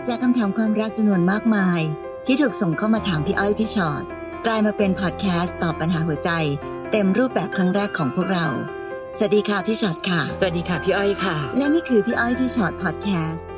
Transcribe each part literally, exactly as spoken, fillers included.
จากคำถามความรักจำนวนมากมายที่ถูกส่งเข้ามาถามพี่อ้อยพี่ชอตกลายมาเป็นพอดแคสต์ตอบปัญหาหัวใจเต็มรูปแบบครั้งแรกของพวกเราสวัสดีค่ะพี่ชอตค่ะสวัสดีค่ะพี่อ้อยค่ะและนี่คือพี่อ้อยพี่ชอตพอดแคสต์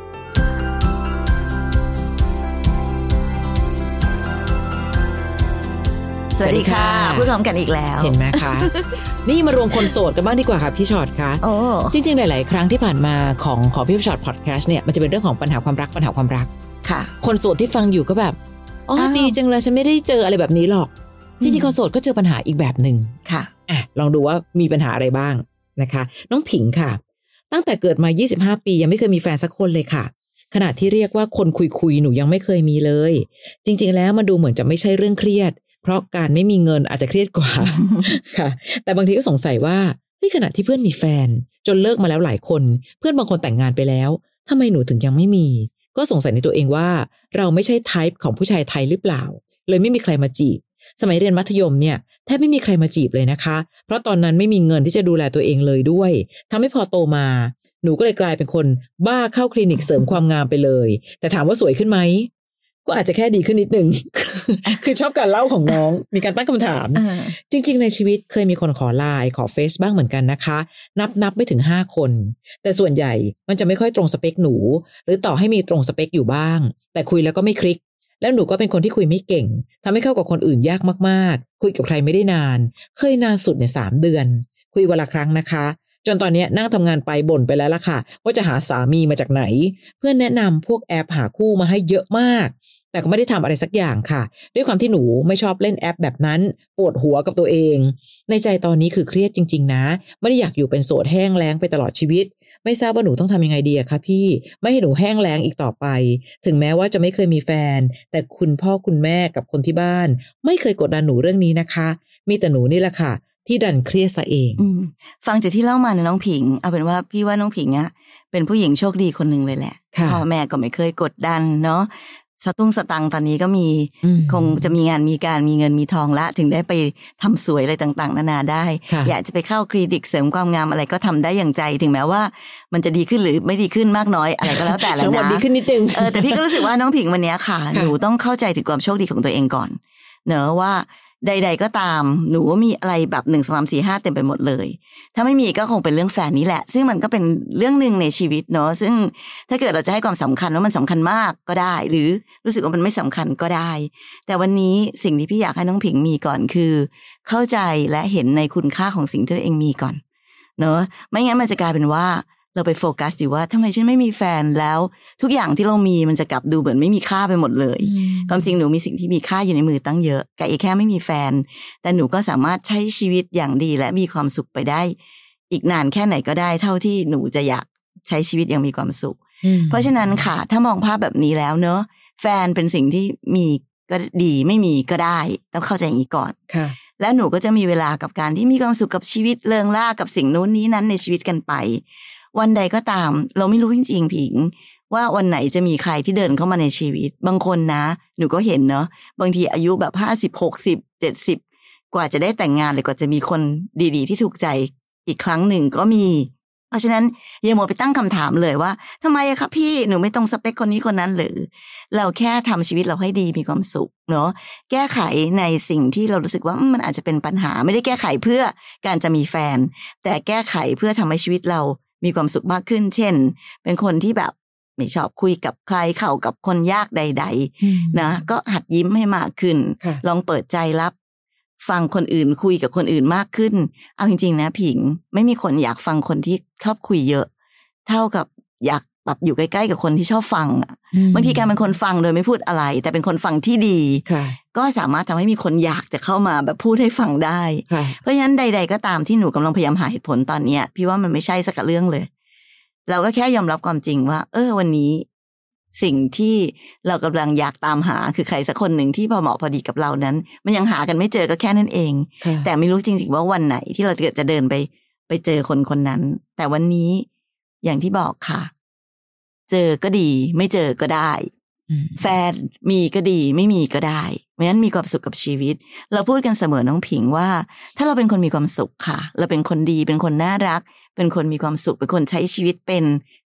สวัสดีค่ะพูดพร้อมกันอีกแล้วเห็นไหมคะ นี่มารวมคนโสดกันบ้างดีกว่าค่ะพี่ชอตคะโอ้จริงๆหลายๆครั้งที่ผ่านมาของของพี่ชอตพอดแคสต์เนี่ยมันจะเป็นเรื่องของปัญหาความรักปัญหาความรักค่ะคนโสดที่ฟังอยู่ก็แบบอ๋อดีจังเลยฉันไม่ได้เจออะไรแบบนี้หรอกจริงๆคนโสดก็เจอปัญหาอีกแบบนึงค่ะอ่ะลองดูว่ามีปัญหาอะไรบ้างนะคะน้องผิงค่ะตั้งแต่เกิดมายี่สิบห้าปียังไม่เคยมีแฟนสักคนเลยค่ะขณะที่เรียกว่าคนคุยๆหนูยังไม่เคยมีเลยจริงๆแล้วมันดูเหมือนจะไม่ใช่เรื่องเครียดเพราะการไม่มีเงินอาจจะเครียดกว่า ค่ะแต่บางทีก็สงสัยว่าที่ขณะที่เพื่อนมีแฟนจนเลิกมาแล้วหลายคนเพื่อนบางคนแต่งงานไปแล้วทำไมหนูถึงยังไม่มีก็สงสัยในตัวเองว่าเราไม่ใช่ไทป์ของผู้ชายไทยหรือเปล่าเลยไม่มีใครมาจีบสมัยเรียนมัธยมเนี่ยแทบไม่มีใครมาจีบเลยนะคะเพราะตอนนั้นไม่มีเงินที่จะดูแลตัวเองเลยด้วยทำให้พอโตมาหนูก็เลยกลายเป็นคนบ้าเข้าคลินิกเสริมความงามไปเลยแต่ถามว่าสวยขึ้นไหมก็อาจจะแค่ดีขึ้นนิดนึง คือชอบการเล่าของน้องมีการตั้งคำถาม จริงๆในชีวิตเคยมีคนขอไลน์ขอเฟซบ้างเหมือนกันนะคะนับนับไม่ถึงห้าคนแต่ส่วนใหญ่มันจะไม่ค่อยตรงสเปคหนูหรือต่อให้มีตรงสเปคอยู่บ้างแต่คุยแล้วก็ไม่คลิกแล้วหนูก็เป็นคนที่คุยไม่เก่งทำให้เข้ากับคนอื่นยากมากๆคุยกับใครไม่ได้นานเคยนานสุดเนี่ยสามเดือนคุยวันละครั้งนะคะจนตอนนี้นั่งทำงานไปบ่นไปแล้วล่ะค่ะว่าจะหาสามีมาจากไหนเพื่อนแนะนำพวกแอปหาคู่มาให้เยอะมากแต่ก็ไม่ได้ทำอะไรสักอย่างค่ะด้วยความที่หนูไม่ชอบเล่นแอปแบบนั้นปวดหัวกับตัวเองในใจตอนนี้คือเครียดจริงๆนะไม่ได้อยากอยู่เป็นโสดแห้งแล้งไปตลอดชีวิตไม่ทราบว่าหนูต้องทำยังไงดีอะคะพี่ไม่ให้หนูแห้งแล้งอีกต่อไปถึงแม้ว่าจะไม่เคยมีแฟนแต่คุณพ่อคุณแม่กับคนที่บ้านไม่เคยกดดันหนูเรื่องนี้นะคะมีแต่หนูนี่แหละค่ะที่ดันเครียดซะเองฟังจากที่เล่ามานะน้องผิงเอาเป็นว่าพี่ว่าน้องผิงอะเป็นผู้หญิงโชคดีคนหนึ่งเลยแหละพ่อแม่ก็ไม่เคยกดดันเนาะสตุ้งสตังตอนนี้ก็มีคงจะมีงานมีการมีเงินมีทองละถึงได้ไปทำสวยอะไรต่างๆนานาได้อยากจะไปเข้าคลินิกเสริมความงามอะไรก็ทำได้อย่างใจถึงแม้ว่ามันจะดีขึ้นหรือไม่ดีขึ้นมากน้อยอะไรก็แล้วแต่แหละนะดีขึ้นนิดนึงเออแต่พี่ก็รู้สึกว่าน้องผิงวันนี้ค่ะหนูต้องเข้าใจถึงความโชคดีของตัวเองก่อนเนอะว่าใดๆก็ตามหนูมีอะไรแบบหนึ่งสองสามสี่ห้าเต็มไปหมดเลยถ้าไม่มีก็คงเป็นเรื่องแฟนนี้แหละซึ่งมันก็เป็นเรื่องนึงในชีวิตเนาะซึ่งถ้าเกิดเราจะให้ความสำคัญว่ามันสำคัญมากก็ได้หรือรู้สึกว่ามันไม่สำคัญก็ได้แต่วันนี้สิ่งที่พี่อยากให้น้องผิงมีก่อนคือเข้าใจและเห็นในคุณค่าของสิ่งที่ตัวเองมีก่อนเนาะไม่งั้นมันจะกลายเป็นว่าเราไปโฟกัสอยู่ว่าทำไมฉันไม่มีแฟนแล้วทุกอย่างที่เรามีมันจะกลับดูเหมือนไม่มีค่าไปหมดเลยความจริงหนูมีสิ่งที่มีค่าอยู่ในมือตั้งเยอะแต่อีกแค่ไม่มีแฟนแต่หนูก็สามารถใช้ชีวิตอย่างดีและมีความสุขไปได้อีกนานแค่ไหนก็ได้เท่าที่หนูจะอยากใช้ชีวิตอย่างมีความสุขเพราะฉะนั้นค่ะถ้ามองภาพแบบนี้แล้วเนอะแฟนเป็นสิ่งที่มีก็ดีไม่มีก็ได้ต้องเข้าใจอย่างนี้ก่อนและหนูก็จะมีเวลากับการที่มีความสุขกับชีวิตเริงร่ากับสิ่งนู้นนี้นั้นในชีวิตกันไปวันใดก็ตามเราไม่รู้จริงๆผิงว่าวันไหนจะมีใครที่เดินเข้ามาในชีวิตบางคนนะหนูก็เห็นเนาะบางทีอายุแบบห้าสิบ หกสิบ เจ็ดสิบกว่าจะได้แต่งงานหรือกว่าจะมีคนดีๆที่ถูกใจอีกครั้งหนึ่งก็มีเพราะฉะนั้นอย่ามัวไปตั้งคำถามเลยว่าทำไมอะคะพี่หนูไม่ตรงสเปคคนนี้คนนั้นหรือเราแค่ทำชีวิตเราให้ดีมีความสุขเนาะแก้ไขในสิ่งที่เรารู้สึกว่ามันอาจจะเป็นปัญหาไม่ได้แก้ไขเพื่อการจะมีแฟนแต่แก้ไขเพื่อทำให้ชีวิตเรามีความสุขมากขึ้นเช่นเป็นคนที่แบบไม่ชอบคุยกับใครเข้ากับคนยากใดๆนะก็หัดยิ้มให้มากขึ้นลองเปิดใจรับฟังคนอื่นคุยกับคนอื่นมากขึ้นเอาจริงๆนะผิงไม่มีคนอยากฟังคนที่ชอบคุยเยอะเท่ากับอยากแบบอยู่ใกล้ๆกับคนที่ชอบฟังอ่ะบางทีการเป็นคนฟังโดยไม่พูดอะไรแต่เป็นคนฟังที่ดีก็สามารถทำให้มีคนอยากจะเข้ามาแบบพูดให้ฟังได้เพราะฉะนั้นใดๆก็ตามที่หนูกำลังพยายามหาเหตุผลตอนนี้พี่ว่ามันไม่ใช่สักเรื่องเลยเราก็แค่ยอมรับความจริงว่าเออวันนี้สิ่งที่เรากำลังอยากตามหาคือใครสักคนหนึ่งที่พอเหมาะพอดีกับเรานั้นมันยังหากันไม่เจอก็แค่นั้นเองแต่ไม่รู้จริงๆว่าวันไหนที่เราจะเดินไปไปเจอคนคนนั้นแต่วันนี้อย่างที่บอกค่ะเจอก็ดีไม่เจอก็ได้แฟนมีก็ดีไม่มีก็ได้เพราะฉะนั้นมีความสุขกับชีวิตเราพูดกันเสมอน้องผิงว่าถ้าเราเป็นคนมีความสุขค่ะเราเป็นคนดีเป็นคนน่ารักเป็นคนมีความสุขเป็นคนใช้ชีวิตเป็น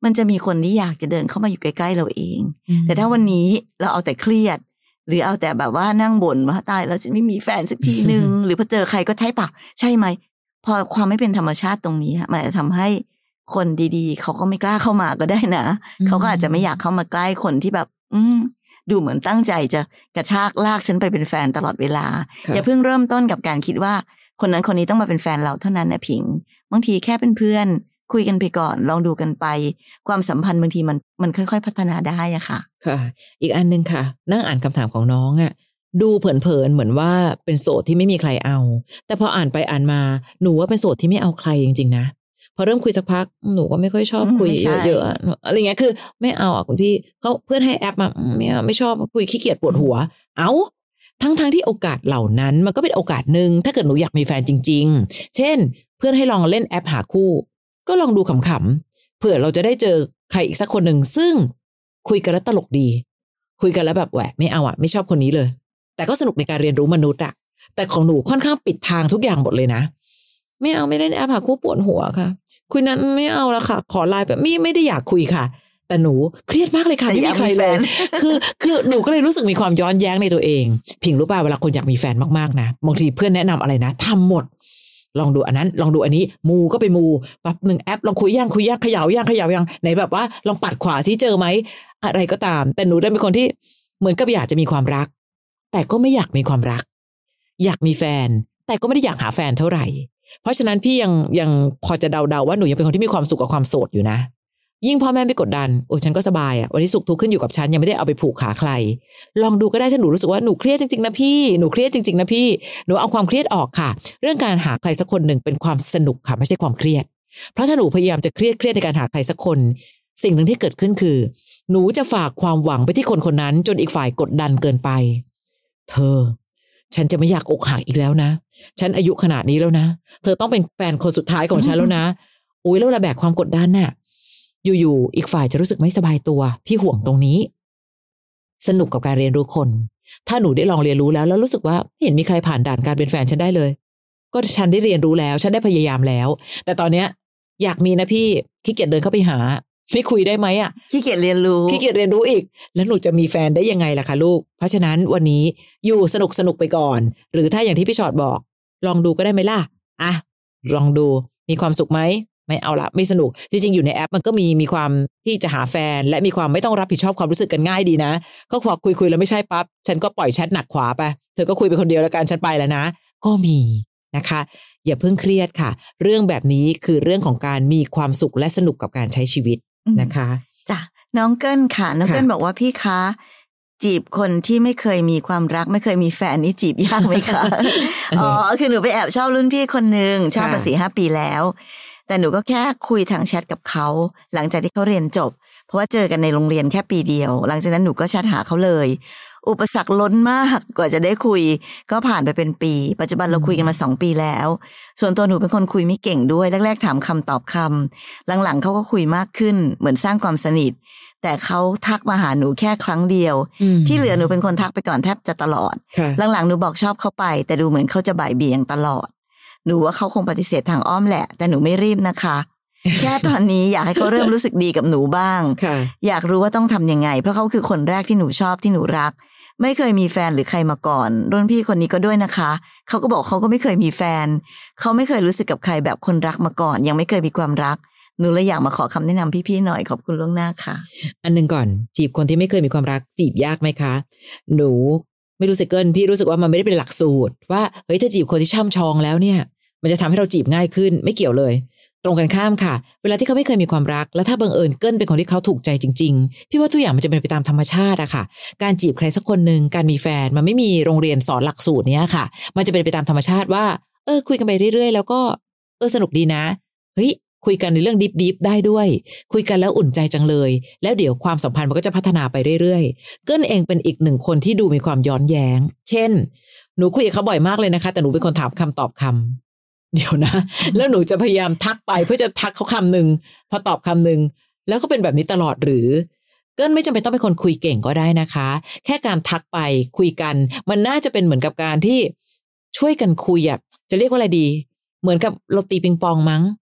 มันจะมีคนที่อยากจะเดินเข้ามาอยู่ใกล้ๆเราเองแต่ถ้าวันนี้เราเอาแต่เครียดหรือเอาแต่แบบว่านั่งบ่นว่าตายแล้วฉันไม่มีแฟนสักทีนึง หรือพอเจอใครก็ใช่ปะใช่ไหมพอความไม่เป็นธรรมชาติตรงนี้มันอาจจะทำให้คนดีๆเขาก็ไม่กล้าเข้ามาก็ได้นะเขาก็อาจจะไม่อยากเข้ามาใกล้คนที่แบบอืมดูเหมือนตั้งใจจะกระชากลากฉันไปเป็นแฟนตลอดเวลาอย่าเพิ่งเริ่มต้นกับการคิดว่าคนนั้นคนนี้ต้องมาเป็นแฟนเราเท่านั้นนะผิงบางทีแค่เป็นเพื่อนคุยกันไปก่อนลองดูกันไปความสัมพันธ์บางทีมันมันค่อยๆพัฒนาได้อะค่ะค่ะอีกอันนึงค่ะนั่งอ่านคำถามของน้องอะดูเผินๆเหมือนว่าเป็นโสดที่ไม่มีใครเอาแต่พออ่านไปอ่านมาหนูว่าเป็นโสดที่ไม่เอาใครจริงๆนะพอเริ่มคุยสักพักหนูก็ไม่ค่อยชอบคุยเยอะๆอะไรเงี้ยคือไม่เอาอ่ะคุณพี่เขาเพื่อนให้แอปมาไม่เอาไม่ชอบคุยขี้เกียจปวดหัวเอาทั้งๆที่โอกาสเหล่านั้นมันก็เป็นโอกาสหนึ่งถ้าเกิดหนูอยากมีแฟนจริงๆเช่นเพื่อนให้ลองเล่นแอปหาคู่ก็ลองดูขำๆเผื่อเราจะได้เจอใครอีกสักคนหนึ่งซึ่งคุยกันแล้วตลกดีคุยกันแล้วแบบแหวะไม่เอาอ่ะไม่ชอบคนนี้เลยแต่ก็สนุกในการเรียนรู้มนุษย์อะแต่ของหนูค่อนข้างปิดทางทุกอย่างหมดเลยนะไม่เอาไม่เล่นแอปหาคู่ปวดหัวค่ะคุยนั้นไม่เอาละค่ะขอไลน์แบบไม่ไม่ได้อยากคุยค่ะแต่หนูเครียดมากเลยค่ะไม่มีใครเลยคือคือหนูก็เลยรู้สึกมีความย้อนแย้งในตัวเองผิงรู้ป่ะเวลาคนอยากมีแฟนมากๆนะบางทีเพื่อนแนะนำอะไรนะทำหมดลองดูอันนั้นลองดูอันนี้มูก็ไปมูปั๊บหนึ่งแอปลองคุยย่างคุยย่างเขย่าย่างเขย่าย่างไหนแบบว่าลองปัดขวาซิเจอไหมอะไรก็ตามแต่หนูได้เป็นคนที่เหมือนกับอยากจะมีความรักแต่ก็ไม่อยากมีความรักอยากมีแฟนแต่ก็ไม่ได้อยากหาแฟนเท่าไหร่เพราะฉะนั้นพี่ยังยังพอจะเดาๆว่าหนูยังเป็นคนที่มีความสุขกับความโสดอยู่นะยิ่งพ่อแม่ไม่กดดันโอ้ฉันก็สบายอ่ะวันนี้สุขทุกข์ขึ้นอยู่กับฉันยังไม่ได้เอาไปผูกขาใครลองดูก็ได้ถ้าหนูรู้สึกว่าหนูเครียดจริงๆนะพี่หนูเครียดจริงๆนะพี่หนูเอาความเครียดออกค่ะเรื่องการหาใครสักคนหนึ่งเป็นความสนุกค่ะไม่ใช่ความเครียดเพราะถ้าหนูพยายามจะเครียดเครียดในการหาใครสักคนสิ่งหนึ่งที่เกิดขึ้นคือหนูจะฝากความหวังไปที่คนคนนั้นจนอีกฝ่ายกดดันเกินไปเธอฉันจะไม่อยากอกหักอีกแล้วนะฉันอายุขนาดนี้แล้วนะเธอต้องเป็นแฟนคนสุดท้ายของฉันแล้วนะอุ้ยแล้วเราแบกความกดดันน่ะอยู่ๆอีกฝ่ายจะรู้สึกไม่สบายตัวพี่ห่วงตรงนี้สนุกกับการเรียนรู้คนถ้าหนูได้ลองเรียนรู้แล้วแล้วรู้สึกว่าไม่เห็นมีใครผ่านด่านการเป็นแฟนฉันได้เลยก็ฉันได้เรียนรู้แล้วฉันได้พยายามแล้วแต่ตอนเนี้ยอยากมีนะพี่ขี้เกียจเดินเข้าไปหาไม่คุยได้ไหมอ่ะขี้เกียจเรียนรู้ขี้เกียจเรียนรู้อีกแล้วหนูจะมีแฟนได้ยังไงล่ะคะลูกเพราะฉะนั้นวันนี้อยู่สนุกสนุกไปก่อนหรือถ้าอย่างที่พี่ชอตบอกลองดูก็ได้ไหมล่ะอ่ะลองดูมีความสุขไหมไม่เอาละไม่สนุกจริงๆอยู่ในแอปมันก็มีมีความที่จะหาแฟนและมีความไม่ต้องรับผิดชอบความรู้สึกกันง่ายดีนะก็พอคุยคุยแล้วไม่ใช่ปั๊บฉันก็ปล่อยแชทหนักขวาไปเธอก็คุยไปคนเดียวแล้วกันฉันไปแล้วนะก็มีนะคะอย่าเพิ่งเครียดค่ะเรื่องแบบนี้คือเรื่องของการมีความสุขและสนุกกับการใช้ชีวิตนะคะจ้ะน้องเกิ้ลค่ะน้องเกิ้ลบอกว่าพี่คะจีบคนที่ไม่เคยมีความรักไม่เคยมีแฟนนี่จีบยากไหมคะ อ๋อคือหนูไปแอบชอบรุ่นพี่คนนึงชอบมาสี่ห้าปีแล้วแต่หนูก็แค่คุยทางแชทกับเขาหลังจากที่เขาเรียนจบเพราะว่าเจอกันในโรงเรียนแค่ปีเดียวหลังจากนั้นหนูก็แชทหาเขาเลยอุปสรรคล้นมากกว่าจะได้คุยก็ผ่านไปเป็นปีปัจจุบันเราคุยกันมาสองปีแล้วส่วนตัวหนูเป็นคนคุยไม่เก่งด้วยแรกๆถามคำตอบคำหลังๆเขาก็คุยมากขึ้นเหมือนสร้างความสนิทแต่เขาทักมาหาหนูแค่ครั้งเดียวที่เหลือหนูเป็นคนทักไปก่อนแทบจะตลอดหลังๆหนูบอกชอบเขาไปแต่ดูเหมือนเขาจะบ่ายเบี่ยงตลอดหนูว่าเขาคงปฏิเสธทางอ้อมแหละแต่หนูไม่รีบนะคะแค่ตอนนี้อยากให้เขาเริ่มรู้สึกดีกับหนูบ้างอยากรู้ว่าต้องทำยังไงเพราะเขาคือคนแรกที่หนูชอบที่หนูรักไม่เคยมีแฟนหรือใครมาก่อนรุ่นพี่คนนี้ก็ด้วยนะคะเขาก็บอกเขาก็ไม่เคยมีแฟนเขาไม่เคยรู้สึกกับใครแบบคนรักมาก่อนยังไม่เคยมีความรักหนูเลยอยากมาขอคำแนะนำพี่ๆหน่อยขอบคุณล่วงหน้าค่ะอันนึงก่อนจีบคนที่ไม่เคยมีความรักจีบยากไหมคะหนูไม่รู้สึกเกินพี่รู้สึกว่ามันไม่ได้เป็นหลักสูตรว่าเฮ้ยถ้าจีบคนที่ช่ำชองแล้วเนี่ยมันจะทำให้เราจีบง่ายขึ้นไม่เกี่ยวเลยตรงกันข้ามค่ะเวลาที่เขาไม่เคยมีความรักแล้วถ้าบังเอิญเกิ้ลเป็นคนที่เขาถูกใจจริงๆพี่ว่าทุกอย่างมันจะเป็นไปตามธรรมชาติอะค่ะการจีบใครสักคนหนึ่งการมีแฟนมันไม่มีโรงเรียนสอนหลักสูตรเนี้ยค่ะมันจะเป็นไปตามธรรมชาติว่าเออคุยกันไปเรื่อยๆแล้วก็เออสนุกดีนะเฮ้ยคุยกันในเรื่องดิบดิบได้ด้วยคุยกันแล้วอุ่นใจจังเลยแล้วเดี๋ยวความสัมพันธ์มันก็จะพัฒนาไปเรื่อยๆเกิ้ลเองเป็นอีกหนึ่งคนที่ดูมีความย้อนแย้งเช่นหนูคุยกับเขาบ่อยมากเลยนะคะแต่หนูเป็นคนถามคำตอบคำเดี๋ยวนะแล้วหนูจะพยายามทักไปเพื่อจะทักเขาคำหนึ่งพอตอบคำหนึ่งแล้วก็เป็นแบบนี้ตลอดหรือเกิ้ลไม่จำเป็นต้องเป็นคนคุยเก่งก็ได้นะคะแค่การทักไปคุยกันมันน่าจะเป็นเหมือนกับการที่ช่วยกันคุยอ่ะจะเรียกว่าอะไรดีเหมือนกับเราตีปิงปองมั้ง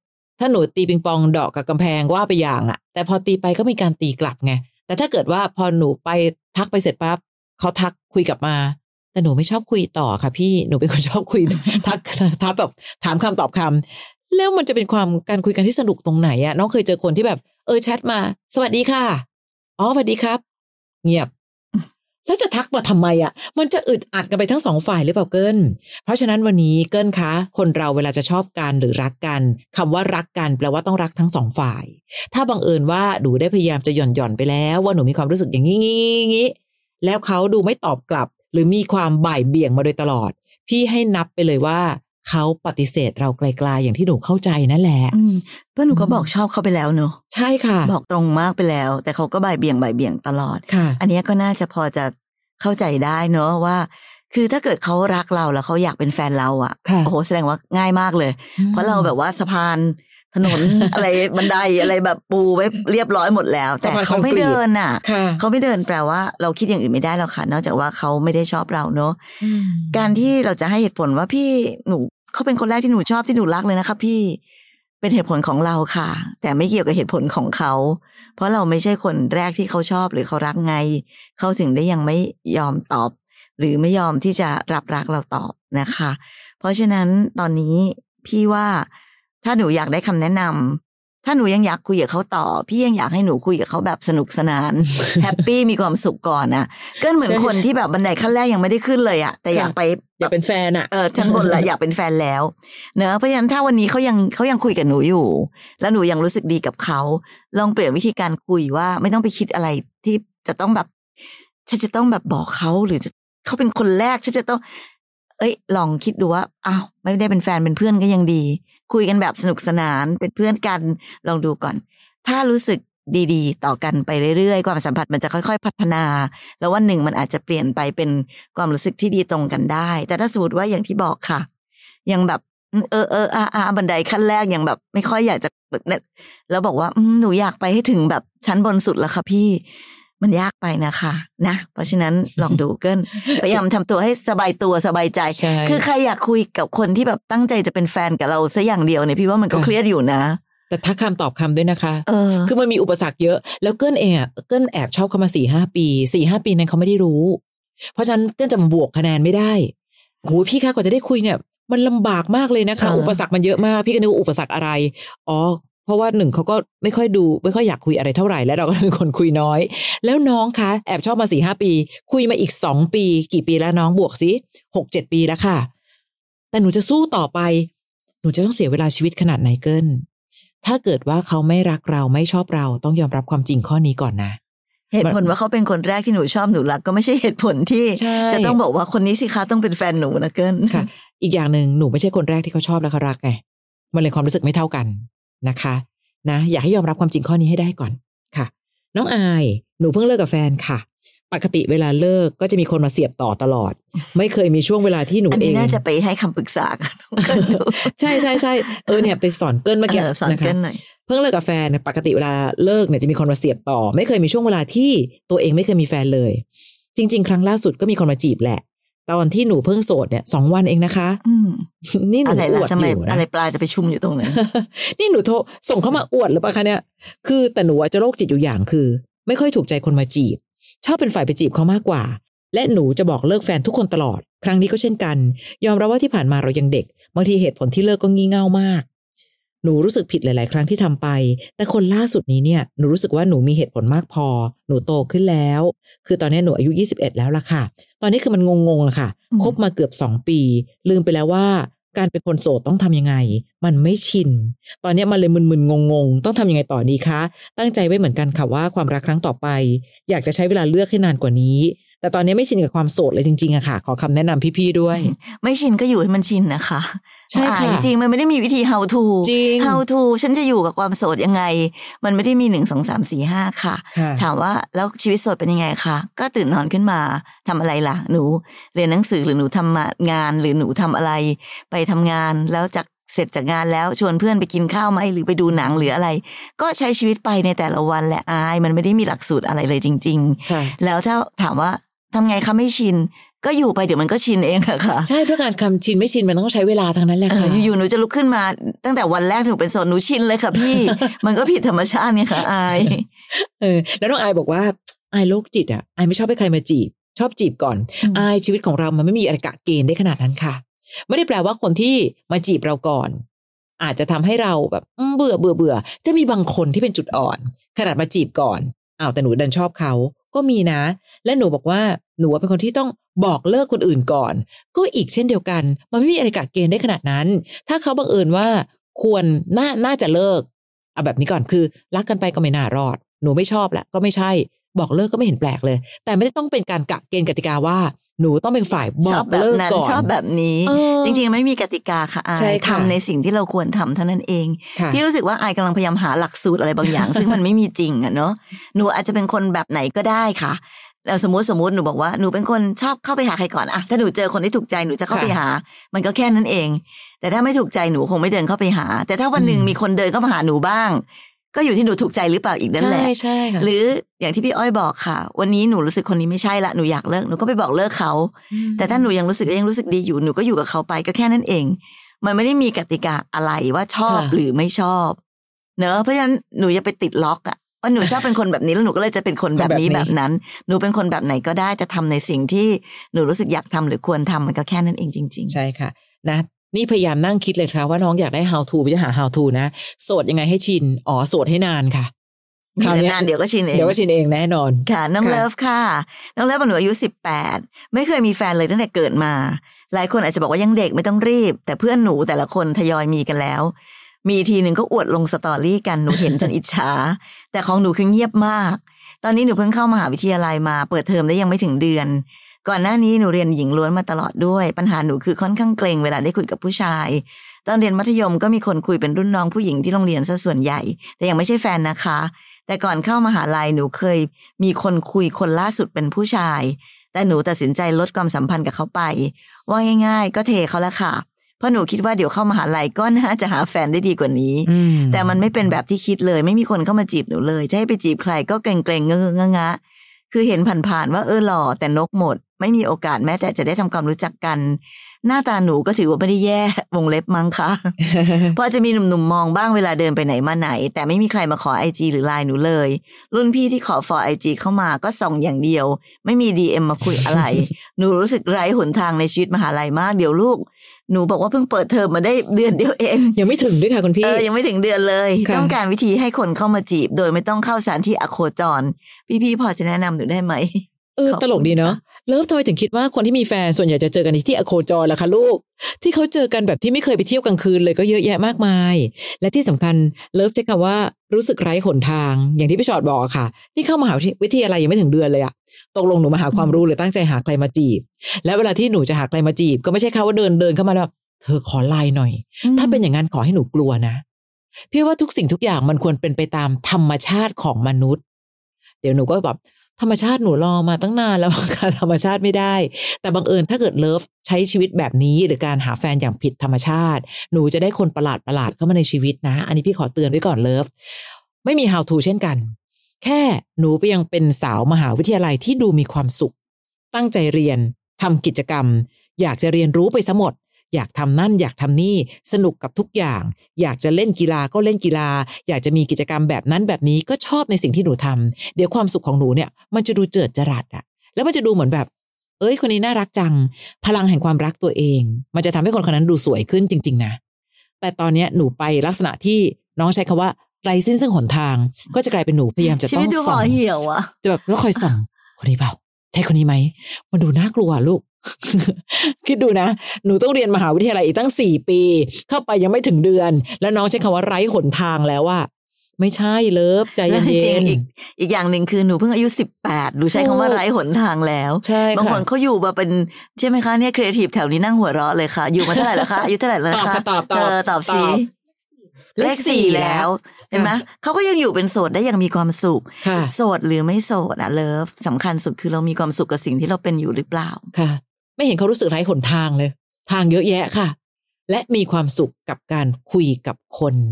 ถ้าหนูตีปิงปองดอกกับกำแพงว่าไปอย่างอะแต่พอตีไปก็มีการตีกลับไงแต่ถ้าเกิดว่าพอหนูไปทักไปเสร็จปั๊บเขาทักคุยกลับมาแต่หนูไม่ชอบคุยต่อค่ะพี่หนูเป็นคนชอบคุย ทักทักแบบถามคำตอบคำแล้วมันจะเป็นความการคุยกันที่สนุกตรงไหนอะน้องเคยเจอคนที่แบบเออแชทมาสวัสดีค่ะอ๋อสวัสดีครับเงียบแล้วจะทักมาทำไมอ่ะมันจะอึดอัดกันไปทั้งสองฝ่ายหรือเปล่าเกินเพราะฉะนั้นวันนี้เกินคะคนเราเวลาจะชอบกันหรือรักกันคำว่ารักกันแปลว่าต้องรักทั้งสองฝ่ายถ้าบังเอิญว่าหนูได้พยายามจะหย่อนหย่อนไปแล้วว่าหนูมีความรู้สึกอย่างนี้งี้แล้วเขาดูไม่ตอบกลับหรือมีความบ่ายเบี่ยงมาโดยตลอดพี่ให้นับไปเลยว่าเขาปฏิเสธเราไกลๆอย่างที่หนูเข้าใจนั่นแหละเพื่อนหนูก็บอกชอบเขาไปแล้วเนอะใช่ค่ะบอกตรงมากไปแล้วแต่เขาก็บ่ายเบี่ยงบ่ายเบี่ยงตลอดอันนี้ก็น่าจะพอจะเข้าใจได้เนอะว่าคือถ้าเกิดเขารักเราแล้วเขาอยากเป็นแฟนเราอ่ะโอ้โหแสดงว่าง่ายมากเลยเพราะเราแบบว่าสะพานถนน อะไรบันไดอะไรแบบปูไว้เรียบร้อยหมดแล้วแต่เขาไม่เดินอ่ะเขาไม่เดินแปลว่าเราคิดอย่างอื่นไม่ได้แล้วค่ะนอกจากว่าเขาไม่ได้ชอบเราเนอะการที่เราจะให้เหตุผลว่าพี่หนูเขาเป็นคนแรกที่หนูชอบที่หนูรักเลยนะคะพี่เป็นเหตุผลของเราค่ะแต่ไม่เกี่ยวกับเหตุผลของเขาเพราะเราไม่ใช่คนแรกที่เขาชอบหรือเขารักไงเขาถึงได้ยังไม่ยอมตอบหรือไม่ยอมที่จะรับรักเราตอบนะคะเพราะฉะนั้นตอนนี้พี่ว่าถ้าหนูอยากได้คำแนะนำถ้าหนูยังอยากคุยกับเขาต่อพี่ยังอยากให้หนูคุยกับเขาแบบสนุกสนานแฮปปี้มีความสุขก่อนนะก็เหมือนคนที่แบบบันไดขั้นแรกยังไม่ได้ขึ้นเลยอะแต่อยากไปอยากเป็นแฟนอะเออชั้นบนละอยากเป็นแฟนแล้วเนอะเพราะฉะนั้นถ้าวันนี้เขายังเขายังคุยกับหนูอยู่แล้วหนูยังรู้สึกดีกับเขาลองเปลี่ยนวิธีการคุยว่าไม่ต้องไปคิดอะไรที่จะต้องแบบฉันจะต้องแบบบอกเขาหรือเขาเป็นคนแรกฉันจะต้องเอ้ยลองคิดดูว่าอ้าวไม่ได้เป็นแฟนเป็นเพื่อนก็ยังดีคุยกันแบบสนุกสนานเป็นเพื่อนกันลองดูก่อนถ้ารู้สึกดีๆต่อกันไปเรื่อยๆความสัมพันธ์มันจะค่อยๆพัฒนาแล้ววันหนึ่งมันอาจจะเปลี่ยนไปเป็นความรู้สึกที่ดีตรงกันได้แต่ถ้าสมมติว่าอย่างที่บอกค่ะยังแบบเออเอออาอาบันไดขั้นแรกยังแบบไม่ค่อยอยากจะแล้วบอกว่าหนูอยากไปให้ถึงแบบชั้นบนสุดแล้วค่ะพี่มันยากไปนะคะนะเพราะฉะนั้นลองดูเกินพยายามทำตัวให้สบายตัวสบายใจคือใครอยากคุยกับคนที่แบบตั้งใจจะเป็นแฟนกับเราซะอย่างเดียวเนี่ยพี่ว่ามันก็เครียดอยู่นะแต่ถ้าคำตอบคำด้วยนะคะเออคือมันมีอุปสรรคเยอะแล้วเกิ้ลเองอ่ะเกิ้ลแอบชอบเขามาสี่ห้าปีสี่ห้าปีนั้นเขาไม่ได้รู้เพราะฉะนั้นเกิ้ลจะมาบวกคะแนนไม่ได้โหพี่คะกว่าจะได้คุยเนี่ยมันลำบากมากเลยนะคะอุปสรรคมันเยอะมากพี่ก็นึกว่าอุปสรรคอะไรอ๋อเพราะว่าหนึ่งเขาก็ไม่ค่อยดูไม่ค่อยอยากคุยอะไรเท่าไหร่แล้วเราก็เป็นคนคุยน้อยแล้วน้องคะแอบชอบมาสี่ห้าปีคุยมาอีกสองปีกี่ปีแล้วน้องบวกสิหกเจ็ดปีแล้วค่ะแต่หนูจะสู้ต่อไปหนูจะต้องเสียเวลาชีวิตขนาดไหนเกินถ้าเกิดว่าเขาไม่รักเราไม่ชอบเราต้องยอมรับความจริงข้อนี้ก่อนนะเหตุผลว่าเขาเป็นคนแรกที่หนูชอบหนูรักก็ไม่ใช่เหตุผลที่จะต้องบอกว่าคนนี้สิคะต้องเป็นแฟนหนูนะเกินค่ะอีกอย่างหนึ่งหนูไม่ใช่คนแรกที่เขาชอบและเขารักไงมันเลยความรู้สึกไม่เท่ากันนะคะนะอยากให้ยอมรับความจริงข้อนี้ให้ได้ก่อนค่ะน้องอายหนูเพิ่งเลิกกับแฟนค่ะปกติเวลาเลิกก็จะมีคนมาเสียบต่อตลอดไม่เคยมีช่วงเวลาที่หนูเองอันนี้น่าจะไปให้คำปรึกษากันใช่ใช่ใช่เออเนี่ยไปสอนเกินเมื่อกี้นะคะเพิ่งเลิกกับแฟนปกติเวลาเลิกเนี่ยจะมีคนมาเสียบต่อไม่เคยมีช่วงเวลาที่ตัวเองไม่เคยมีแฟนเลยจริงๆครั้งล่าสุดก็มีคนมาจีบแหละตอนที่หนูเพิ่งโสดเนี่ยสองวันเองนะคะนี่หนูอวดอยู่นะอะไรปลาจะไปชุ่มอยู่ตรงไหนนี่หนูโทรส่งเข้ามาอวดหรือเปล่าคะเนี่ยคือแต่หนูจะโรคจิตอยู่อย่างคือไม่ค่อยถูกใจคนมาจีบชอบเป็นฝ่ายไปจีบเขามากกว่าและหนูจะบอกเลิกแฟนทุกคนตลอดครั้งนี้ก็เช่นกันยอมรับว่าที่ผ่านมาเรายังเด็กบางทีเหตุผลที่เลิกก็งี่เง่ามากหนูรู้สึกผิดหลายๆครั้งที่ทำไปแต่คนล่าสุดนี้เนี่ยหนูรู้สึกว่าหนูมีเหตุผลมากพอหนูโตขึ้นแล้วคือตอนนี้หนูอายุยี่สิบเอ็ดแล้วล่ะค่ะตอนนี้คือมันงงๆอะค่ะคบมาเกือบสองปีลืมไปแล้วว่าการเป็นคนโสดต้องทำยังไงมันไม่ชินตอนนี้มันเลยมึนๆงงๆต้องทำยังไงต่อดีคะตั้งใจไว้เหมือนกันค่ะว่าความรักครั้งต่อไปอยากจะใช้เวลาเลือกให้นานกว่านี้แต่ตอนนี้ไม่ชินกับความโสดเลยจริงๆอะค่ะขอคำแนะนำพี่ๆด้วยไม่ชินก็อยู่ให้มันชินนะคะใช่ค่ะจริงมันไม่ได้มีวิธี how to how to ฉันจะอยู่กับความโสดยังไงมันไม่ได้มีหนึ่งสองสามสี่ห้าค่ะถามว่าแล้วชีวิตโสดเป็นยังไงคะก็ตื่นนอนขึ้นมาทำอะไรล่ะหนูเรียนหนังสือหรือหนูทำงานหรือหนูทำอะไรไปทำงานแล้วจากเสร็จจากงานแล้วชวนเพื่อนไปกินข้าวไหมหรือไปดูหนังหรืออะไรก็ใช้ชีวิตไปในแต่ละวันแหละอายมันไม่ได้มีหลักสูตรอะไรเลยจริงๆแล้วถ้าถามว่าทำไงคะไม่ชินก็อยู่ไปเดี๋ยวมันก็ชินเองอะค่ะใช่เพราะการคำชินไม่ชินมันต้องใช้เวลาทั้งนั้นแหละค่ะอยู่ๆหนูจะลุกขึ้นมาตั้งแต่วันแรกหนูเป็นโสดหนูชินเลยค่ะพี่ มันก็ผิดธรรมชาติเนี่ยค่ะอายเออแล้วน้องอายบอกว่าอายโรคจิตอะอายไม่ชอบให้ใครมาจีบชอบจีบก่อนอายชีวิตของเรามันไม่มีอะไรกะเกณฑ์ได้ขนาดนั้นค่ะไม่ได้แปลว่าคนที่มาจีบเราก่อนอาจจะทำให้เราแบบเบื่อเบื่อเบื่อจะมีบางคนที่เป็นจุดอ่อนขนาดมาจีบก่อนอ้าวแต่หนูดันชอบเขาก็มีนะและหนูบอกว่าหนูเป็นคนที่ต้องบอกเลิกคนอื่นก่อนก็อีกเช่นเดียวกันมันไม่มีอะไรกะเกณฑ์ได้ขนาดนั้นถ้าเขาบังเอิญว่าควรน่าน่าจะเลิกเอาแบบนี้ก่อนคือรักกันไปก็ไม่น่ารอดหนูไม่ชอบแหละก็ไม่ใช่บอกเลิกก็ไม่เห็นแปลกเลยแต่ไม่ได้ต้องเป็นการกะเกณฑ์กติกาว่าหนูต้องเป็นฝ่ายบอกเลิกก่อนชอบแบบนี้จริงๆไม่มีกติกาค่ะอายทำในสิ่งที่เราควรทำเท่านั้นเองพี่รู้สึกว่าอายกำลังพยายามหาหลักสูตรอะไรบางอย่าง ซึ่งมันไม่มีจริงอะเนาะหนูอาจจะเป็นคนแบบไหนก็ได้ค่ะแล้วสมมติสมมติหนูบอกว่าหนูเป็นคนชอบเข้าไปหาใครก่อนอะถ้าหนูเจอคนที่ถูกใจหนูจะเข้าไปหามันก็แค่นั้นเองแต่ถ้าไม่ถูกใจหนูคงไม่เดินเข้าไปหาแต่ถ้าวันหนึ่งมีคนเดินเข้ามาหาหนูบ้างก็อยู่ที่หนูถูกใจหรือเปล่าอีกนั่นแหละใช่ๆค่ะหรืออย่างที่พี่อ้อยบอกค่ะวันนี้หนูรู้สึกคนนี้ไม่ใช่ละหนูอยากเลิกหนูก็ไปบอกเลิกเขาแต่ถ้าหนูยังรู้สึกยังรู้สึกดีอยู่หนูก็อยู่กับเขาไปก็แค่นั้นเองมันไม่ได้มีกติกาอะไรว่าชอบหรือไม่ชอบเนอะเพราะฉะนั้นหนูอย่าไปติดล็อกอะว่าหนูชอบเป็นคนแบบนี้แล้วหนูก็เลยจะเป็นคนแบบนี้แบบนั้นหนูเป็นคนแบบไหนก็ได้จะทำในสิ่งที่หนูรู้สึกอยากทำหรือควรทำมันก็แค่นั้นเองจริงๆใช่ค่ะนะนี่พยายามนั่งคิดเลยค่ะว่าน้องอยากได้ how to ไปจะหา how to นะโสดยังไงให้ชินอ๋อโสดให้นานค่ะคราวนี้นานเดี๋ยวก็ชินเองเดี๋ยวก็ชินเองแน่นอนค่ะน้องเลิฟค่ะน้องเลิฟหนูอายุสิบแปดไม่เคยมีแฟนเลยตั้งแต่เกิดมาหลายคนอาจจะบอกว่ายังเด็กไม่ต้องรีบแต่เพื่อนหนูแต่ละคนทยอยมีกันแล้วมีทีหนึ่งก็อวดลงสตอรี่กันหนูเห็นจนอิจฉาแต่ของหนูคือเงียบมากตอนนี้หนูเพิ่งเข้ามหาวิทยาลัยมาเปิดเทอมได้ยังไม่ถึงเดือนก่อนหน้านี้หนูเรียนหญิงล้วนมาตลอดด้วยปัญหาหนูคือค่อนข้างเกรงเวลาได้คุยกับผู้ชายตอนเรียนมัธยมก็มีคนคุยเป็นรุ่นน้องผู้หญิงที่โรงเรียนซะส่วนใหญ่แต่ยังไม่ใช่แฟนนะคะแต่ก่อนเข้ามหาลัยหนูเคยมีคนคุยคนล่าสุดเป็นผู้ชายแต่หนูตัดสินใจลดความสัมพันธ์กับเขาไปว่าง่ายๆก็เทเขาละค่ะเพราะหนูคิดว่าเดี๋ยวเข้ามหาลัยก็น่าจะหาแฟนได้ดีกว่านี้แต่มันไม่เป็นแบบที่คิดเลยไม่มีคนเข้ามาจีบหนูเลยจะให้ไปจีบใครก็เกรงๆเงอะๆงะคือเห็นผ่านๆว่าเออหล่อแต่นกหมดไม่มีโอกาสแม้แต่จะได้ทำความรู้จักกันหน้าตาหนูก็ถือว่าไม่ได้แย่วงเล็บมั้งคะ เพราะจะมีหนุ่มๆมองบ้างเวลาเดินไปไหนมาไหนแต่ไม่มีใครมาขอ ไอ จี หรือ ไลน์ หนูเลยรุ่นพี่ที่ขอ for ไอ จี เข้ามาก็ส่องอย่างเดียวไม่มี ดี เอ็ม มาคุยอะไร หนูรู้สึกไร้หนทางในชีวิตมหาลัยมากเดี๋ยวลูกหนูบอกว่าเพิ่งเปิดเทอมมาได้เดือนเดียวเองยังไม่ถึงด้วยค่ะคุณพี่เออยังไม่ถึงเดือนเลยต้องการวิธีให้คนเข้ามาจีบโดยไม่ต้องเข้าสถานที่อโคจรพี่ๆพอจะแนะนำหนูได้ไหมเออตลกดีเนาะเลิฟทำไมถึงคิดว่าคนที่มีแฟนส่วนใหญ่จะเจอกันที่อโคจรล่ะคะลูกที่เขาเจอกันแบบที่ไม่เคยไปเที่ยวกลางคืนเลยก็เยอะแยะมากมายและที่สำคัญเลิฟใช้คำว่ารู้สึกไร้หนทางอย่างที่พี่ชอตบอกค่ะนี่เข้ามหาวิทยาลัยยังไม่ถึงเดือนเลยอะตกลงหนูมาหาความรู้หรือตั้งใจหาใครมาจีบและเวลาที่หนูจะหาใครมาจีบก็ไม่ใช่เขาว่าเดินเดินเข้ามาแล้วเธอขอไลน์หน่อยถ้าเป็นอย่างนั้นขอให้หนูกลัวนะพี่ว่าทุกสิ่งทุกอย่างมันควรเป็นไปตามธรรมชาติของมนุษย์เดี๋ยวหนูก็แบบธรรมชาติหนูรอมาตั้งนานแล้วค่ะธรรมชาติไม่ได้แต่บังเอิญถ้าเกิดเลิฟใช้ชีวิตแบบนี้หรือการหาแฟนอย่างผิดธรรมชาติหนูจะได้คนประหลาดประหลาดเข้ามาในชีวิตนะอันนี้พี่ขอเตือนไว้ก่อนเลิฟไม่มี how to เช่นกันแค่หนูไปยังเป็นสาวมหาวิทยาลัยที่ดูมีความสุขตั้งใจเรียนทำกิจกรรมอยากจะเรียนรู้ไปซะหมดอยากทำนั่นอยากทำนี่สนุกกับทุกอย่างอยากจะเล่นกีฬาก็เล่นกีฬาอยากจะมีกิจกรรมแบบนั้นแบบนี้ก็ชอบในสิ่งที่หนูทำเดี๋ยวความสุขของหนูเนี่ยมันจะดูเจิดจรัสอะแล้วมันจะดูเหมือนแบบเอ้ยคนนี้น่ารักจังพลังแห่งความรักตัวเองมันจะทำให้คนคนนั้นดูสวยขึ้นจริงๆนะแต่ตอนนี้หนูไปลักษณะที่น้องใช้คำว่าไร้สิ้นซึ่งหนทางก็จะกลายเป็นหนูพยายามจะต้องส่องเหี่ยวอะจะแบบแล้วคอยส่องคนนี้เปล่าใช่คนนี้ไหมมันดูน่ากลัวลูก คิดดูนะหนูต้องเรียนมหาวิทยาลัยอีกตั้งสี่ปีเข้าไปยังไม่ถึงเดือนแล้วน้องใช้คำว่าไร้หนทางแล้วว่าไม่ใช่เลิฟใจเย็นๆอีกอีกอย่างหนึ่งคือหนูเพิ่งอายุสิบแปดหนูใช้คำว่าไร้หนทางแล้วบางคนเขาอยู่มาเป็นใช่ไหมคะเนี่ยครีเอทีฟแถวนี้นั่งหัวเราะเลยค่ะอยู่มาเท่าไหร่แล้วคะอายุเท่าไหร่แล้วคะตอบตอบตอบสิเลขสี่แล้วเห็นไหมเขาก็ยังอยู่เป็นโสดได้อย่างมีความสุขโสดหรือไม่โสดอะเลิฟสำคัญสุดคือเรามีความสุขกับสิ่งที่เราเป็นอยู่หรือเปล่าค่ะไม่เห็นเขารู้สึกไร้หนทางเลยทางเยอะแยะค่ะและมีความสุขกับการคุยกับคน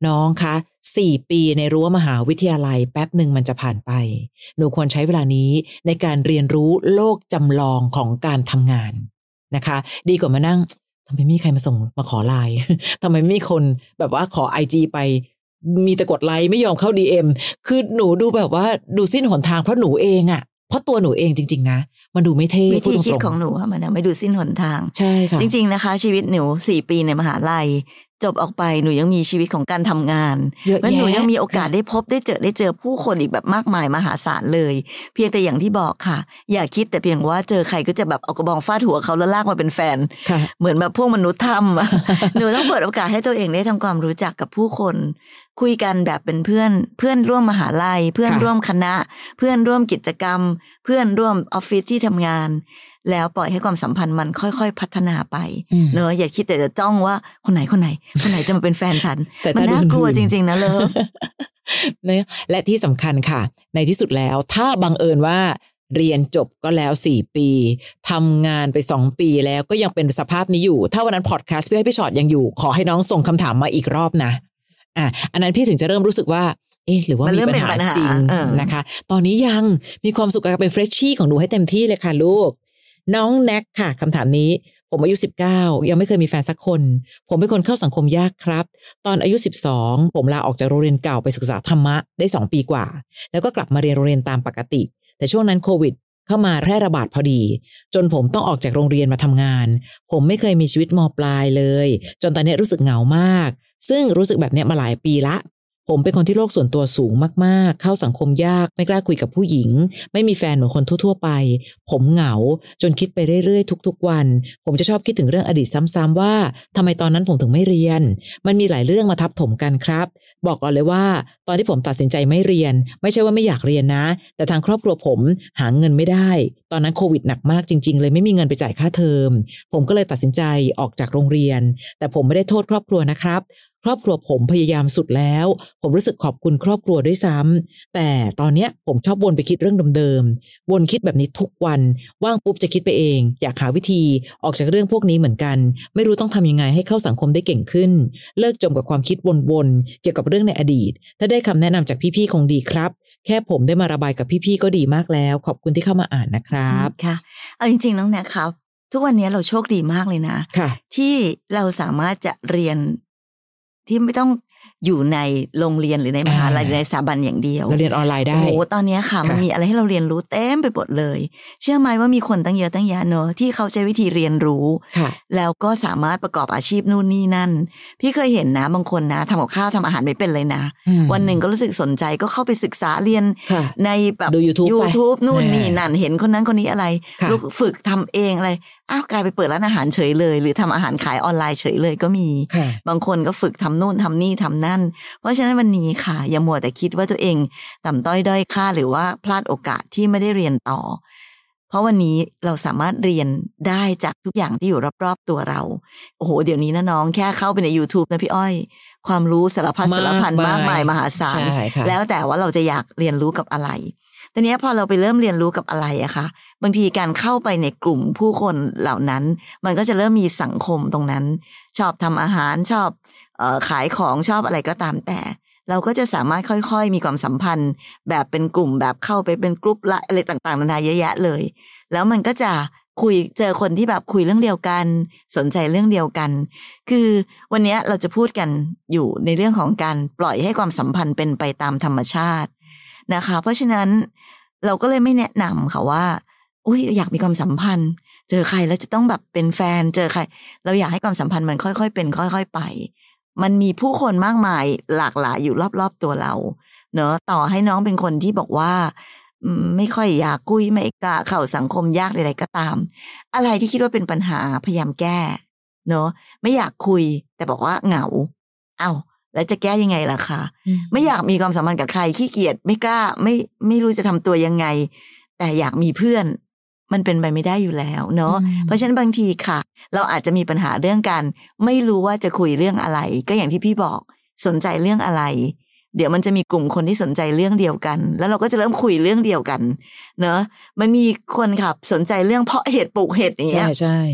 น้องคะสี่ปีในรั้วมหาวิทยาลัยแป๊บหนึ่งมันจะผ่านไปหนูควรใช้เวลานี้ในการเรียนรู้โลกจำลองของการทำงานนะคะดีกว่ามานั่งทำไมไม่มีใครมาส่งมาขอไลน์ ทำไมไม่มีคนแบบว่าขอ ไอ จี ไปมีแต่กดไลค์ไม่ยอมเข้า ดี เอ็ม คือหนูดูแบบว่าดูสิ้นหนทางเพราะหนูเองอะเพราะตัวหนูเองจริงๆนะมันดูไม่เท่วิธีคิดของหนูมันไม่ดูสิ้นหนทางใช่ค่ะจริงๆนะคะชีวิตหนูสี่ปีในมหาลัยจบออกไปหนูยังมีชีวิตของการทำงานและหนูยังมีโอกาสได้พบได้เจอได้เจอผู้คนอีกแบบมากมายมหาศาลเลยเพียงแต่อย่างที่บอกค่ะอย่าคิดแต่เพียงว่าเจอใครก็จะแบบเอากระบองฟาดหัวเขาแล้วลากมาเป็นแฟนเหมือนแบบพวกมนุษย์ทำ หนูต้องเปิดโอกาสให้ตัวเองได้ทำความรู้จักกับผู้คนคุยกันแบบเป็นเพื่อนเพื่อนร่วมมหาลัยเพื่อนร่วมคณะเพื่อนร่วมกิจกรรมเพื่อนร่วมออฟฟิศที่ทำงานแล้วปล่อยให้ความสัมพันธ์มันค่อยๆพัฒนาไปเนอะอย่าคิดแต่จะจ้องว่าคนไหนคนไหนคนไหนจะมาเป็นแฟนฉันมันน่ากลัวจริงๆนะเลิฟเนี่ยและที่สำคัญค่ะในที่สุดแล้วถ้าบังเอิญว่าเรียนจบก็แล้วสี่ปีทำงานไปสองปีแล้วก็ยังเป็นสภาพนี้อยู่ถ้าวันนั้นพอดแคสต์พี่ให้พี่ชอตยังอยู่ขอให้น้องส่งคำถามมาอีกรอบนะอ่ะอันนั้นพี่ถึงจะเริ่มรู้สึกว่าเอ๊ะหรือว่ามีปัญหาจริงนะคะตอนนี้ยังมีความสุขกับเป็นเฟรชชี่ของหนูให้เต็มที่เลยค่ะลูกน้องแน็กค่ะคำถามนี้ผมอายุสิบเก้ายังไม่เคยมีแฟนสักคนผมเป็นคนเข้าสังคมยากครับตอนอายุสิบสองผมลาออกจากโรงเรียนเก่าไปศึกษาธรรมะได้สองปีกว่าแล้วก็กลับมาเรียนโรงเรียนตามปกติแต่ช่วงนั้นโควิดเข้ามาแพร่ระบาดพอดีจนผมต้องออกจากโรงเรียนมาทำงานผมไม่เคยมีชีวิตม.ปลายเลยจนตอนนี้รู้สึกเหงามากซึ่งรู้สึกแบบนี้มาหลายปีละผมเป็นคนที่โลกส่วนตัวสูงมากๆเข้าสังคมยากไม่กล้าคุยกับผู้หญิงไม่มีแฟนเหมือนคนทั่วๆไปผมเหงาจนคิดไปเรื่อยๆทุกๆวันผมจะชอบคิดถึงเรื่องอดีตซ้ำๆว่าทำไมตอนนั้นผมถึงไม่เรียนมันมีหลายเรื่องมาทับถมกันครับบอกก่อนเลยว่าตอนที่ผมตัดสินใจไม่เรียนไม่ใช่ว่าไม่อยากเรียนนะแต่ทางครอบครัวผมหาเงินไม่ได้ตอนนั้นโควิดหนักมากจริงๆเลยไม่มีเงินไปจ่ายค่าเทอมผมก็เลยตัดสินใจออกจากโรงเรียนแต่ผมไม่ได้โทษครอบครัวนะครับครอบครัวผมพยายามสุดแล้วผมรู้สึกขอบคุณครอบครัวด้วยซ้ำแต่ตอนนี้ผมชอบวนไปคิดเรื่องเดิมๆวนคิดแบบนี้ทุกวันว่างปุ๊บจะคิดไปเองอยากหาวิธีออกจากเรื่องพวกนี้เหมือนกันไม่รู้ต้องทำยังไงให้เข้าสังคมได้เก่งขึ้นเลิกจมกับความคิดวนๆเกี่ยวกับเรื่องในอดีตถ้าได้คำแนะนำจากพี่ๆคงดีครับแค่ผมได้มาระบายกับพี่ๆก็ดีมากแล้วขอบคุณที่เข้ามาอ่านนะครับค่ะเอาจริงๆน้องแนทครับทุกวันนี้เราโชคดีมากเลยนะที่เราสามารถจะเรียนที่ไม่ต้องอยู่ในโรงเรียนหรือในมหาลัยหรือในสถาบันอย่างเดียวเราเรียนออนไลน์ได้โอ้ตอนนี้ค่ะมันมีอะไรให้เราเรียนรู้เต็มไปหมดเลยเชื่อไหมว่ามีคนตั้งเยอะตั้งแยะเนอะที่เขาใช้วิธีเรียนรู้แล้วก็สามารถประกอบอาชีพนู่นนี่นั่นพี่เคยเห็นนะบางคนนะทำกับข้าวทำอาหารไม่เป็นเลยนะวันหนึ่งก็รู้สึกสนใจก็เข้าไปศึกษาเรียนในแบบ YouTube YouTube นู่นนี่นั่นเห็นคนนั้นคนนี้อะไรลูกฝึกทำเองอะไรอ้าวกลายไปเปิดร้านอาหารเฉยเลยหรือทำอาหารขายออนไลน์เฉยเลยก็มีบางคนก็ฝึกทำนู่นทำนี่ทำนั่นเพราะฉะนั้นวันนี้ค่ะอย่ามัวแต่คิดว่าตัวเองต่ำต้อยด้อยค่าหรือว่าพลาดโอกาสที่ไม่ได้เรียนต่อเพราะวันนี้เราสามารถเรียนได้จากทุกอย่างที่อยู่รอบๆตัวเราโอ้โหเดี๋ยวนี้นะน้องแค่เข้าไปใน YouTube นะพี่อ้อยความรู้สารพัดสารพันมากมายมหาศาลแล้วแต่ว่าเราจะอยากเรียนรู้กับอะไรแต่เนี้ยพอเราไปเริ่มเรียนรู้กับอะไรอะคะบางทีการเข้าไปในกลุ่มผู้คนเหล่านั้นมันก็จะเริ่มมีสังคมตรงนั้นชอบทำอาหารชอบเอ่อขายของชอบอะไรก็ตามแต่เราก็จะสามารถค่อยๆมีความสัมพันธ์แบบเป็นกลุ่มแบบเข้าไปเป็นกลุ่มละอะไรต่างๆนานาเยอะแยะเลยแล้วมันก็จะคุยเจอคนที่แบบคุยเรื่องเดียวกันสนใจเรื่องเดียวกันคือวันนี้เราจะพูดกันอยู่ในเรื่องของการปล่อยให้ความสัมพันธ์เป็นไปตามธรรมชาตินะคะเพราะฉะนั้นเราก็เลยไม่แนะนำค่ะว่าอุ้ยอยากมีความสัมพันธ์เจอใครแล้วจะต้องแบบเป็นแฟนเจอใครเราอยากให้ความสัมพันธ์มันค่อยๆเป็นค่อยๆไปมันมีผู้คนมากมายหลากหลายอยู่รอบๆตัวเราเนอะต่อให้น้องเป็นคนที่บอกว่าไม่ค่อยอยากคุยไม่กล้าเข้าสังคมยากใดๆก็ตามอะไรที่คิดว่าเป็นปัญหาพยายามแก้เนอะไม่อยากคุยแต่บอกว่าเหงาเอ้าแล้วจะแก้ยังไงล่ะคะไม่อยากมีความสัมพันธ์กับใครขี้เกียจไม่กล้าไม่ไม่รู้จะทำตัวยังไงแต่อยากมีเพื่อนมันเป็นไปไม่ได้อยู่แล้วเนาะเพราะฉะนั้นบางทีค่ะเราอาจจะมีปัญหาเรื่องการไม่รู้ว่าจะคุยเรื่องอะไรก็อย่างที่พี่บอกสนใจเรื่องอะไรเดี๋ยวมันจะมีกลุ่มคนที่สนใจเรื่องเดียวกันแล้วเราก็จะเริ่มคุยเรื่องเดียวกันเนาะมันมีคนค่ะสนใจเรื่องเพาะเห็ดปลูกเห็ดอย่างเงี้ยใช่ใช่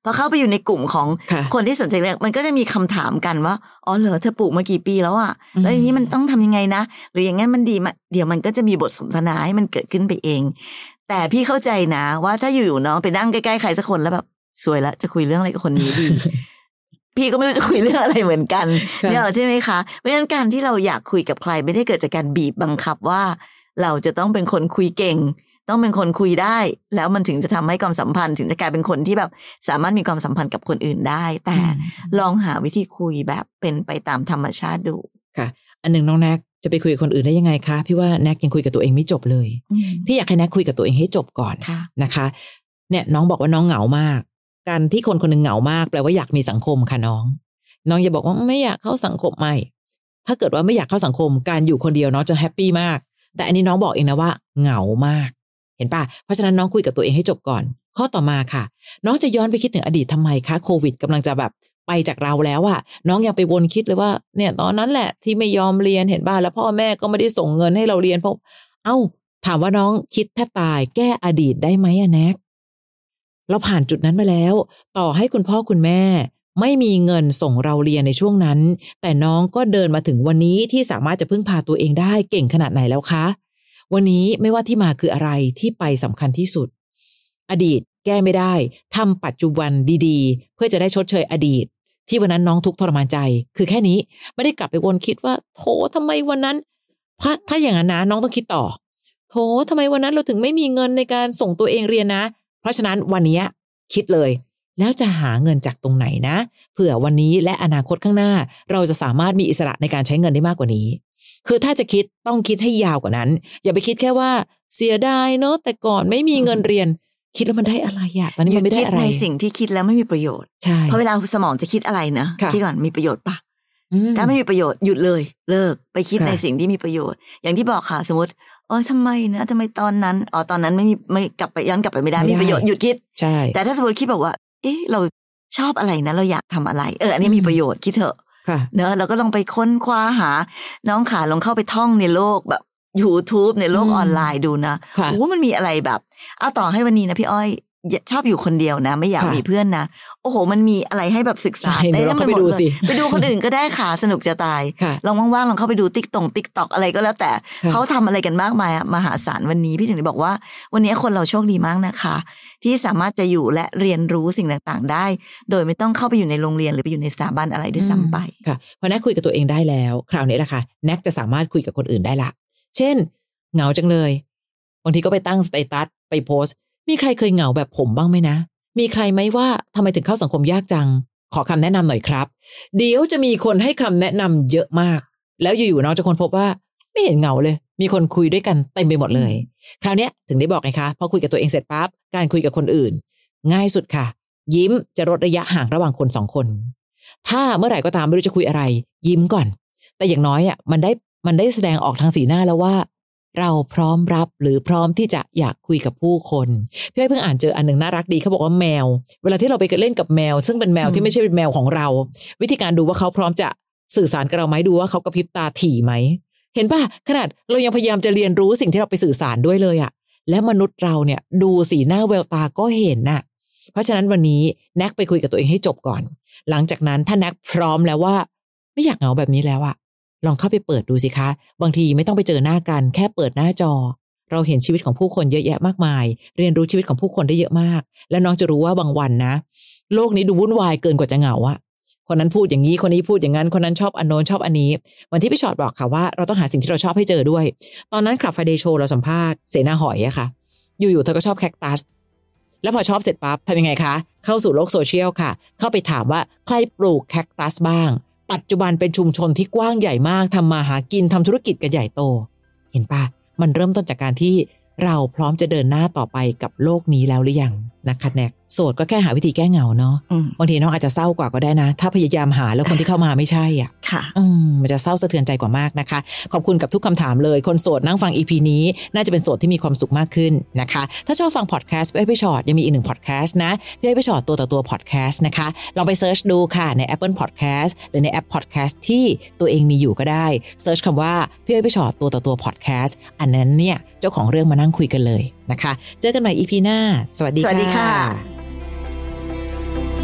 พอเข้าไปอยู่ในกลุ่มของคนที่สนใจเรื่องมันก็จะมีคำถามกันว่าอ๋อเหรอเธอปลูกมากี่ปีแล้วอ่ะแล้วอย่างนี้มันต้องทำยังไงนะหรืออย่างงั้นมันดีมาเดี๋ยวมันก็จะมีบทสนทนาให้มันเกิดขึ้นไปเองแต่พี่เข้าใจนะว่าถ้าอยู่ๆน้องไปนั่งใกล้ๆใครสักคนแล้วแบบสวยละจะคุยเรื่องอะไรกับคนนี้ดี พี่ก็ไม่รู้จะคุยเรื่องอะไรเหมือนกันเนี่ยใช่ไหมคะเพราะฉะนั้นการที่เราอยากคุยกับใครไม่ได้เกิดจากการบีบบังคับว่าเราจะต้องเป็นคนคุยเก่งต้องเป็นคนคุยได้แล้วมันถึงจะทำให้ความสัมพันธ์ถึงจะกลายเป็นคนที่แบบสามารถมีความสัมพันธ์กับคนอื่นได้แต่ลองหาวิธีคุยแบบเป็นไปตามธรรมชาติดูค่ะอันหนึ่งน้องแน็กจะไปคุยกับคนอื่นได้ยังไงคะพี่ว่าแน็กยังคุยกับตัวเองไม่จบเลยพี่อยากให้แน็กคุยกับตัวเองให้จบก่อนนะคะเนี่ยน้องบอกว่าน้องเหงามากการที่คนคนนึงเหงามากแปลว่าอยากมีสังคมค่ะน้องน้องอย่าบอกว่าไม่อยากเข้าสังคมไม่ถ้าเกิดว่าไม่อยากเข้าสังคมการอยู่คนเดียวน้องจะแฮปปี้มากแต่อันนี้น้องบอกเองนะว่าเหงามากเห็นป่ะเพราะฉะนั้นน้องคุยกับตัวเองให้จบก่อนข้อต่อมาค่ะน้องจะย้อนไปคิดถึงอดีตทำไมคะโควิดกำลังจะแบบไปจากเราแล้วอะน้องยังไปวนคิดเลยว่าเนี่ยตอนนั้นแหละที่ไม่ยอมเรียนเห็นป่ะแล้วพ่อแม่ก็ไม่ได้ส่งเงินให้เราเรียนเพราะเอ้าถามว่าน้องคิดแทบตายแก้อดีตได้ไหมอะแน็กเราผ่านจุดนั้นมาแล้วต่อให้คุณพ่อคุณแม่ไม่มีเงินส่งเราเรียนในช่วงนั้นแต่น้องก็เดินมาถึงวันนี้ที่สามารถจะพึ่งพาตัวเองได้เก่งขนาดไหนแล้วคะวันนี้ไม่ว่าที่มาคืออะไรที่ไปสำคัญที่สุดอดีตแก้ไม่ได้ทำปัจจุบันดีๆเพื่อจะได้ชดเชยอดีตที่วันนั้นน้องทุกข์ทรมานใจคือแค่นี้ไม่ได้กลับไปวนคิดว่าโถทำไมวันนั้นเพราะถ้าอย่างนั้นนะน้องต้องคิดต่อโถทำไมวันนั้นเราถึงไม่มีเงินในการส่งตัวเองเรียนนะเพราะฉะนั้นวันนี้คิดเลยแล้วจะหาเงินจากตรงไหนนะเผื่อวันนี้และอนาคตข้างหน้าเราจะสามารถมีอิสระในการใช้เงินได้มากกว่านี้คือถ้าจะคิดต้องคิดให้ยาวกว่านั้นอย่าไปคิดแค่ว่าเสียดายเนอะแต่ก่อนไม่มีเงินเรียนคิดแล้วมันได้อะไรอะตอนนี้มันไม่ได้อะไรคิดในสิ่งที่คิดแล้วไม่มีประโยชน์ใช่เพราะเวลาสมองจะคิดอะไรนะคิดก่อนมีประโยชน์ปะถ้าไม่มีประโยชน์หยุดเลยเลิกไปคิดในสิ่งที่มีประโยชน์อย่างที่บอกค่ะสมมติอ๋อทำไมนะทำไมตอนนั้นอ๋อตอนนั้นไม่มีไม่กลับไปย้อนกลับไปไม่ได้ไม่มีประโยชน์หยุดคิดใช่แต่ถ้าสมมติคิดบอกว่าเอ๊ะเราชอบอะไรนะเราอยากทำอะไรเอออันนี้มีประโยชน์คิดเถอะเนอะเราก็ลองไปค้นคว้าหาน้องขาลองเข้าไปท่องในโลกแบบ YouTube ในโลกออนไลน์ดูนะโอ้มันมีอะไรแบบเอาต่อให้วันนี้นะพี่อ้อยชอบอยู่คนเดียวนะไม่อยากมีเพื่อนนะโอ้โหมันมีอะไรให้แบบศึกษาได้ลองเข้าไปดูสิไปดูคนอื่นก็ได้ค่ะสนุกจะตายลองว่างๆลองเข้าไปดูติ๊กตงติ๊กต็อกอะไรก็แล้วแต่เขาทำอะไรกันมากมายมหาศาลวันนี้พี่ถึงได้บอกว่าวันนี้คนเราโชคดีมากนะคะที่สามารถจะอยู่และเรียนรู้สิ่งต่างๆได้โดยไม่ต้องเข้าไปอยู่ในโรงเรียนหรือไปอยู่ในสถาบันอะไรด้วยซ้ำไปค่ะพอแน็กคุยกับตัวเองได้แล้วคราวนี้แหละค่ะแน็กจะสามารถคุยกับคนอื่นได้ละเช่นเหงาจังเลยบางทีก็ไปตั้งสเตตัสไปโพสต์มีใครเคยเหงาแบบผมบ้างไหมนะมีใครไหมว่าทำไมถึงเข้าสังคมยากจังขอคำแนะนำหน่อยครับเดี๋ยวจะมีคนให้คำแนะนำเยอะมากแล้วอยู่ๆน้องจะค้นพบว่าไม่เห็นเหงาเลยมีคนคุยด้วยกันเต็มไปหมดเลยคราวนี้ถึงได้บอกไงคะพอคุยกับตัวเองเสร็จปั๊บการคุยกับคนอื่นง่ายสุดค่ะยิ้มจะลดระยะห่างระหว่างคนสองคนถ้าเมื่อไหร่ก็ตามไม่รู้จะคุยอะไรยิ้มก่อนแต่อย่างน้อยอ่ะมันได้มันได้แสดงออกทางสีหน้าแล้วว่าเราพร้อมรับหรือพร้อมที่จะอยากคุยกับผู้คนพี่อ้อยเพิ่งอ่านเจออันหนึ่งน่ารักดีเขาบอกว่าแมวเวลาที่เราไปเล่นกับแมวซึ่งเป็นแมวที่ไม่ใช่เป็นแมวของเราวิธีการดูว่าเขาพร้อมจะสื่อสารกับเราไหมดูว่าเขากระพริบตาถี่ไหมเห็นป่ะขนาดเรายังพยายามจะเรียนรู้สิ่งที่เราไปสื่อสารด้วยเลยอะและมนุษย์เราเนี่ยดูสีหน้าแววตาก็เห็นน่ะเพราะฉะนั้นวันนี้แน็กไปคุยกับตัวเองให้จบก่อนหลังจากนั้นถ้าแน็กพร้อมแล้วว่าไม่อยากเหงาแบบนี้แล้วอะลองเข้าไปเปิดดูสิคะบางทีไม่ต้องไปเจอหน้ากันแค่เปิดหน้าจอเราเห็นชีวิตของผู้คนเยอะแยะมากมายเรียนรู้ชีวิตของผู้คนได้เยอะมากและน้องจะรู้ว่าบางวันนะโลกนี้ดูวุ่นวายเกินกว่าจะเหงาอะคนนั้นพูดอย่างนี้คนนี้พูดอย่างนั้นคนนั้นชอบอันโน้นชอบอันนี้วันที่พี่ชอตบอกค่ะว่าเราต้องหาสิ่งที่เราชอบให้เจอด้วยตอนนั้นคลับ Friday Show เราสัมภาษณ์เสนาหอยอะค่ะอยู่ๆเธอก็ชอบแคคตัสแล้วพอชอบเสร็จปั๊บทำยังไงคะเข้าสู่โลกโซเชียลค่ะเข้าไปถามว่าใครปลูกแคคตัสบ้างปัจจุบันเป็นชุมชนที่กว้างใหญ่มากทำมาหากินทำธุรกิจกันใหญ่โตเห็นปะมันเริ่มต้นจากการที่เราพร้อมจะเดินหน้าต่อไปกับโลกนี้แล้วหรือยังนะคะแน็กโสดก็แค่หาวิธีแก้เหงาเนาะบางทีน้องอาจจะเศร้ากว่าก็ได้นะถ้าพยายามหาแล้วคนที่เข้ามาไม่ใช่อ่ะค่ะมันจะเศร้าสะเทือนใจกว่ามากนะคะขอบคุณกับทุกคำถามเลยคนโสดนั่งฟัง อี พี นี้น่าจะเป็นโสดที่มีความสุขมากขึ้นนะคะถ้าชอบฟังพอดแคสต์พี่อ้อยพี่ชอตยังมีอีกหนึ่งพอดแคสต์นะพี่อ้อยพี่ชอตตัวต่อตัวพอดแคสต์นะคะลองไปเซิร์ชดูค่ะใน Apple Podcast หรือในแอป Podcast ที่ตัวเองมีอยู่ก็ได้เซิร์ชคำว่าพี่อ้อยพี่ชอตตัวต่อตัวพอดแคสต์อันนั้นเนี่ยเจ้าของเรื่องมานั่งคุยกันเลยนะคะเจอกันใหม่ อี พี หน้าสวัสดีค่ะสวัสดีค่ะ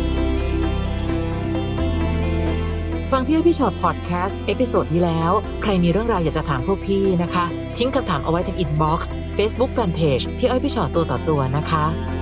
ฟังพี่อ้อยพี่ชอตพอดแคสต์เอพิโซดที่แล้วใครมีเรื่องราวอยากจะถามพวกพี่นะคะทิ้งคำถามเอาไว้ที่อินบ็อกซ์ Facebook Fanpage พี่อ้อยพี่ชอตตัวต่อตัวนะคะ